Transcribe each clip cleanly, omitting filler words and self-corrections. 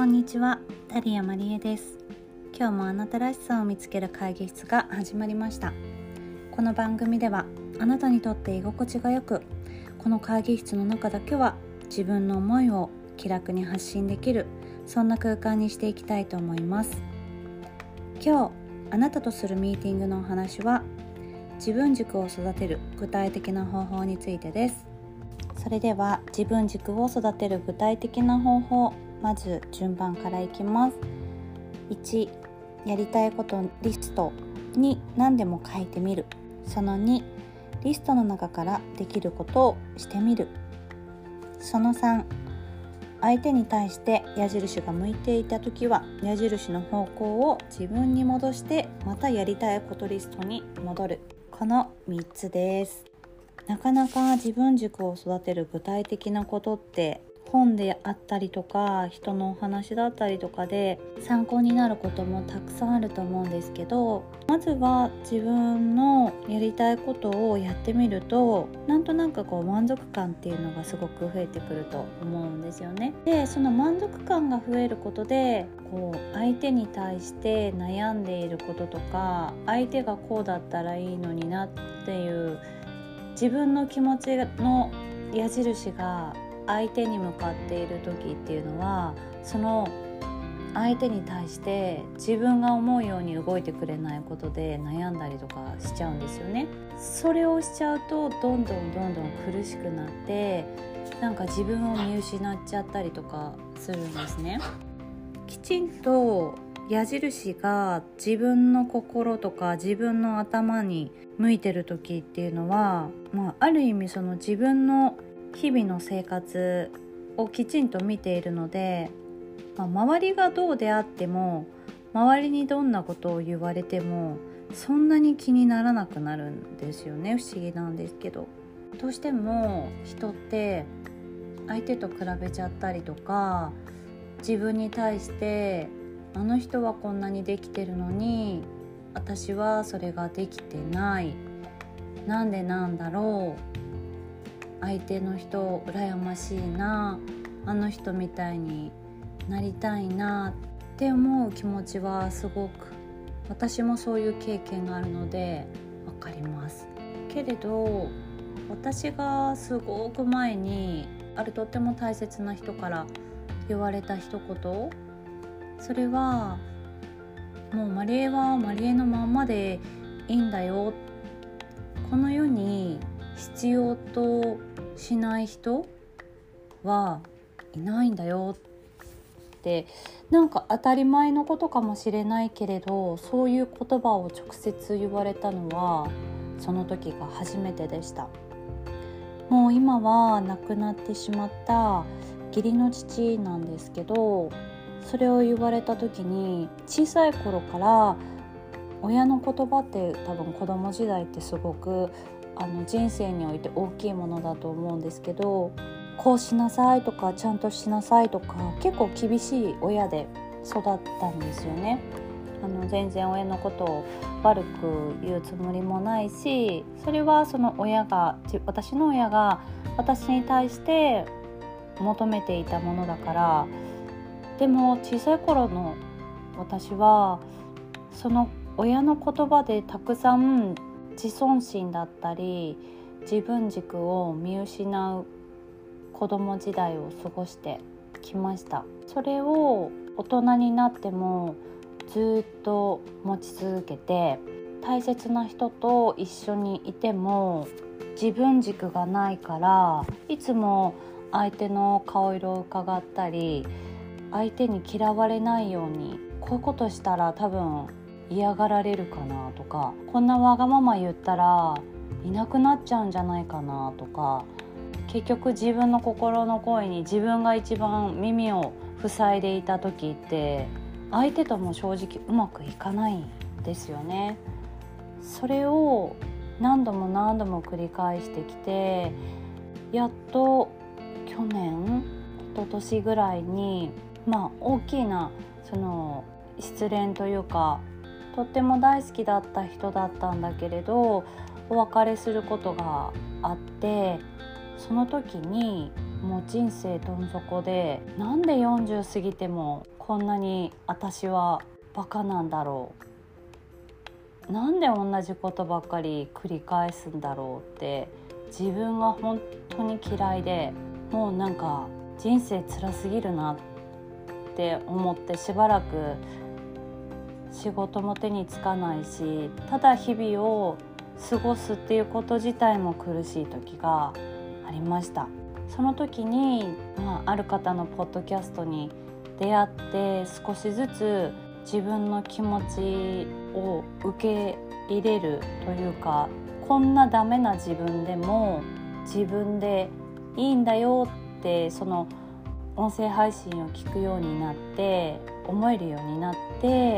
こんにちは、タリヤマリエです。今日もあなたらしさを見つける会議室が始まりました。この番組ではあなたにとって居心地がよく、この会議室の中だけは自分の思いを気楽に発信できる、そんな空間にしていきたいと思います。今日あなたとするミーティングのお話は、自分軸を育てる具体的な方法についてです。それでは自分軸を育てる具体的な方法、まず順番からいきます。1、やりたいことリストに何でも書いてみる。その2、リストの中からできることをしてみる。その3、相手に対して矢印が向いていたときは矢印の方向を自分に戻してまたやりたいことリストに戻る。この3つです。なかなか自分軸を育てる具体的なことって本であったりとか人のお話だったりとかで参考になることもたくさんあると思うんですけど、まずは自分のやりたいことをやってみると、なんとなく満足感っていうのがすごく増えてくると思うんですよね。で、その満足感が増えることで相手に対して悩んでいることとか、相手がこうだったらいいのになっていう自分の気持ちの矢印が相手に向かっている時っていうのは、その相手に対して自分が思うように動いてくれないことで悩んだりとかしちゃうんですよね。それをしちゃうとどんどん苦しくなって、なんか自分を見失っちゃったりとかするんですね。きちんと矢印が自分の心とか自分の頭に向いてる時っていうのは、ある意味その自分の日々の生活をきちんと見ているので、周りがどうであっても、周りにどんなことを言われてもそんなに気にならなくなるんですよね。不思議なんですけど、どうしても人って相手と比べちゃったりとか、自分に対してあの人はこんなにできてるのに私はそれができてない、なんでなんだろう、相手の人羨ましいな、あの人みたいになりたいなって思う気持ちはすごく、私もそういう経験があるのでわかりますけれど、私がすごく前にあるとっても大切な人から言われた一言、それはもうマリエはマリエのまんまでいいんだよ、この世に必要としない人はいないんだよって、なんか当たり前のことかもしれないけれど、そういう言葉を直接言われたのはその時が初めてでした。もう今は亡くなってしまった義理の父なんですけど、それを言われた時に、小さい頃から親の言葉って多分子供時代ってすごく人生において大きいものだと思うんですけど、こうしなさいとかちゃんとしなさいとか結構厳しい親で育ったんですよね。全然親のことを悪く言うつもりもないし、それはその私の親が私に対して求めていたものだから。でも小さい頃の私はその親の言葉でたくさん自尊心だったり自分軸を見失う子供時代を過ごしてきました。それを大人になってもずっと持ち続けて、大切な人と一緒にいても自分軸がないから、いつも相手の顔色を伺ったり、相手に嫌われないようにこういうことしたら多分嫌がられるかなとか、こんなわがまま言ったらいなくなっちゃうんじゃないかなとか、結局自分の心の声に自分が一番耳を塞いでいた時って相手とも正直うまくいかないんですよね。それを何度も繰り返してきて、やっと去年一昨年ぐらいに大きなその失恋というか、とっても大好きだった人だったんだけれどお別れすることがあって、その時にもう人生どん底で、なんで40過ぎてもこんなに私はバカなんだろう、なんで同じことばっかり繰り返すんだろうって、自分が本当に嫌いで、もうなんか人生辛すぎるなって思って、しばらく仕事も手につかないし、ただ日々を過ごすっていうこと自体も苦しい時がありました。その時に、ある方のポッドキャストに出会って、少しずつ自分の気持ちを受け入れるというか、こんなダメな自分でも自分でいいんだよって、その音声配信を聞くようになって、思えるようになって、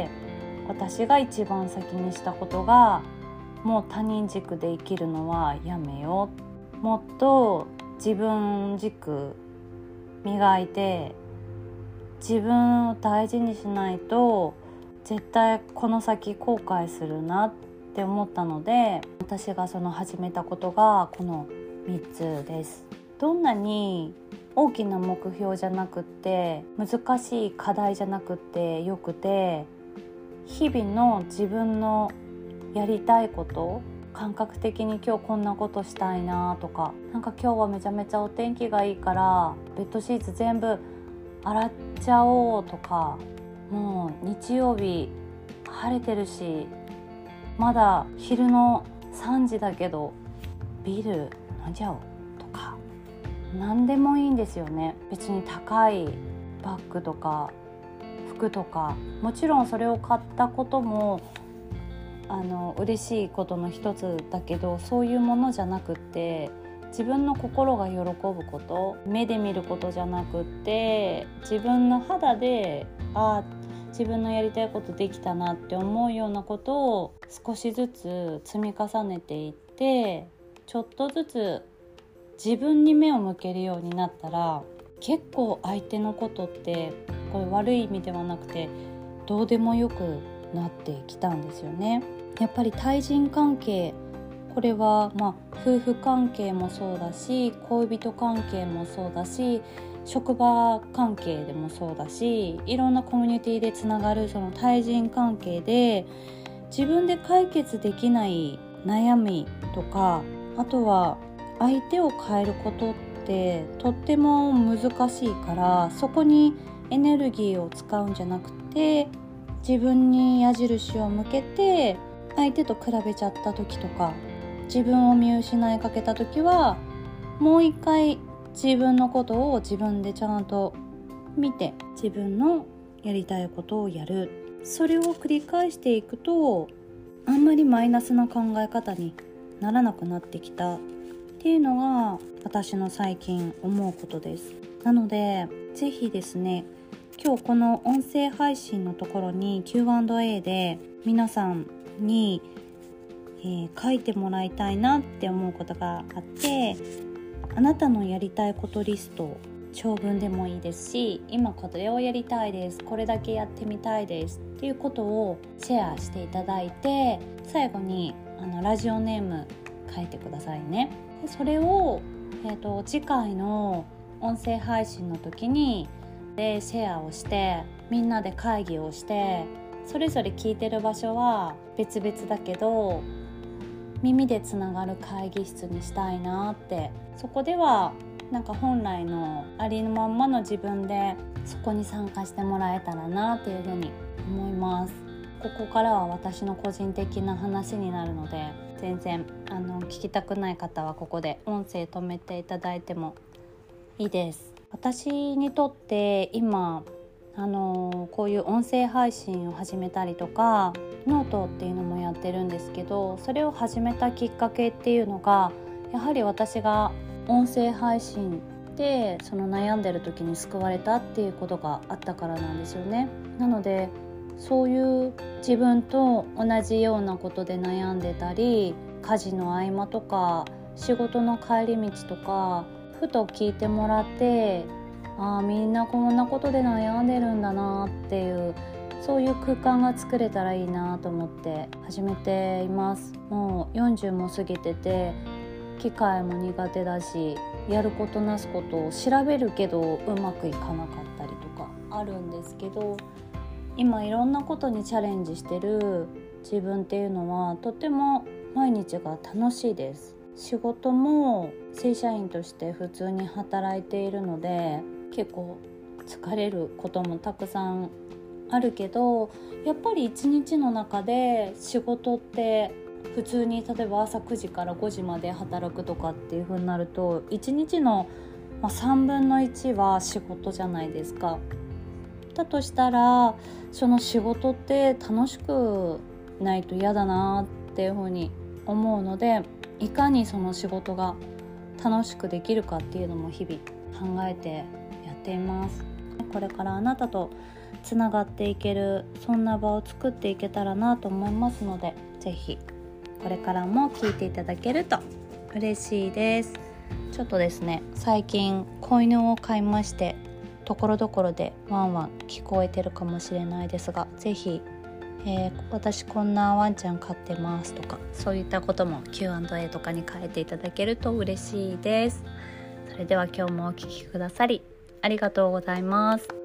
私が一番先にしたことが、もう他人軸で生きるのはやめよう、もっと自分軸磨いて自分を大事にしないと絶対この先後悔するなって思ったので、私が始めたことがこの3つです。どんなに大きな目標じゃなくって、難しい課題じゃなくってよくて、日々の自分のやりたいこと、感覚的に今日こんなことしたいなとか、なんか今日はめちゃめちゃお天気がいいからベッドシーツ全部洗っちゃおうとか、もう日曜日晴れてるし、まだ昼の3時だけどビール飲んじゃおうとか、何でもいいんですよね。別に高いバッグとか服とか、もちろんそれを買ったことも嬉しいことの一つだけど、そういうものじゃなくって、自分の心が喜ぶこと、目で見ることじゃなくって、自分の肌で自分のやりたいことできたなって思うようなことを少しずつ積み重ねていって、ちょっとずつ自分に目を向けるようになったら、結構相手のことって、これ悪い意味ではなくてどうでもよくなってきたんですよね。やっぱり対人関係、これは夫婦関係もそうだし、恋人関係もそうだし、職場関係でもそうだし、いろんなコミュニティでつながるその対人関係で、自分で解決できない悩みとか、あとは相手を変えることってとっても難しいから、そこにエネルギーを使うんじゃなくて、自分に矢印を向けて、相手と比べちゃった時とか、自分を見失いかけた時は、もう一回自分のことを自分でちゃんと見て、自分のやりたいことをやる。それを繰り返していくと、あんまりマイナスな考え方にならなくなってきたっていうのが私の最近思うことです。なのでぜひですね、今日この音声配信のところに Q&A で皆さんに、書いてもらいたいなって思うことがあって、あなたのやりたいことリスト、長文でもいいですし、今これをやりたいです、これだけやってみたいですっていうことをシェアしていただいて、最後にラジオネーム書いてくださいね。でそれを、次回の音声配信の時にシェアをして、みんなで会議をして、それぞれ聞いてる場所は別々だけど耳でつながる会議室にしたいなって、そこではなんか本来のありのまんまの自分でそこに参加してもらえたらなっていうふうに思います。ここからは私の個人的な話になるので、全然聞きたくない方はここで音声止めていただいてもいいです。私にとって今こういう音声配信を始めたりとか、ノートっていうのもやってるんですけど、それを始めたきっかけっていうのが、やはり私が音声配信で悩んでる時に救われたっていうことがあったからなんですよね。なのでそういう自分と同じようなことで悩んでたり、家事の合間とか仕事の帰り道とか、ふと聞いてもらって、みんなこんなことで悩んでるんだなっていう、そういう空間が作れたらいいなと思って始めています。もう40も過ぎてて、 機械も苦手だし、やることなすことを調べるけどうまくいかなかったりとかあるんですけど、今いろんなことにチャレンジしてる自分っていうのはとても毎日が楽しいです。仕事も正社員として普通に働いているので、結構疲れることもたくさんあるけど、やっぱり一日の中で仕事って普通に例えば朝9時から5時まで働くとかっていう風になると、一日の3分の1は仕事じゃないですか。だとしたらその仕事って楽しくないと嫌だなっていう風に思うので、いかにその仕事が楽しくできるかっていうのも日々考えてやっています。これからあなたとつながっていける、そんな場を作っていけたらなと思いますので、ぜひこれからも聞いていただけると嬉しいです。ちょっとですね、最近子犬を飼いまして、ところどころでワンワン聞こえてるかもしれないですが、ぜひ、私こんなワンちゃん飼ってますとか、そういったことも Q&A とかに書いていただけると嬉しいです。それでは今日もお聞きくださりありがとうございます。